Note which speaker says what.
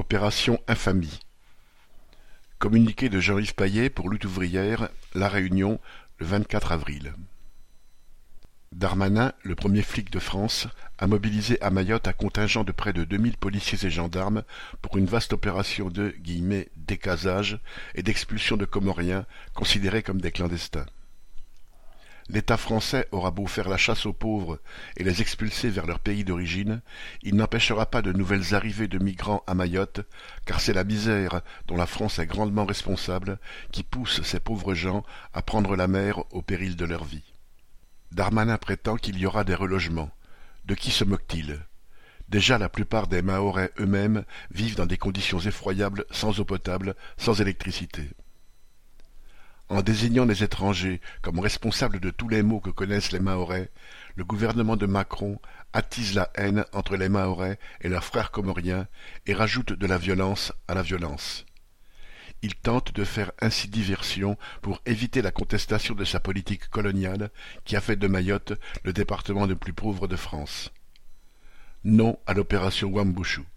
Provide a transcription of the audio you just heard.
Speaker 1: Opération Infamie. Communiqué de Jean-Yves Payet pour Lutte ouvrière, La Réunion, le 24 avril. Darmanin, le premier flic de France, a mobilisé à Mayotte un contingent de près de 2000 policiers et gendarmes pour une vaste opération de « décasage » et d'expulsion de Comoriens considérés comme des clandestins. L'État français aura beau faire la chasse aux pauvres et les expulser vers leur pays d'origine, il n'empêchera pas de nouvelles arrivées de migrants à Mayotte, car c'est la misère, dont la France est grandement responsable, qui pousse ces pauvres gens à prendre la mer au péril de leur vie. Darmanin prétend qu'il y aura des relogements. De qui se moque-t-il ? Déjà la plupart des Mahorais eux-mêmes vivent dans des conditions effroyables, sans eau potable, sans électricité. En désignant les étrangers comme responsables de tous les maux que connaissent les Mahorais, le gouvernement de Macron attise la haine entre les Mahorais et leurs frères comoriens et rajoute de la violence à la violence. Il tente de faire ainsi diversion pour éviter la contestation de sa politique coloniale qui a fait de Mayotte le département le plus pauvre de France. Non à l'opération Wambushu.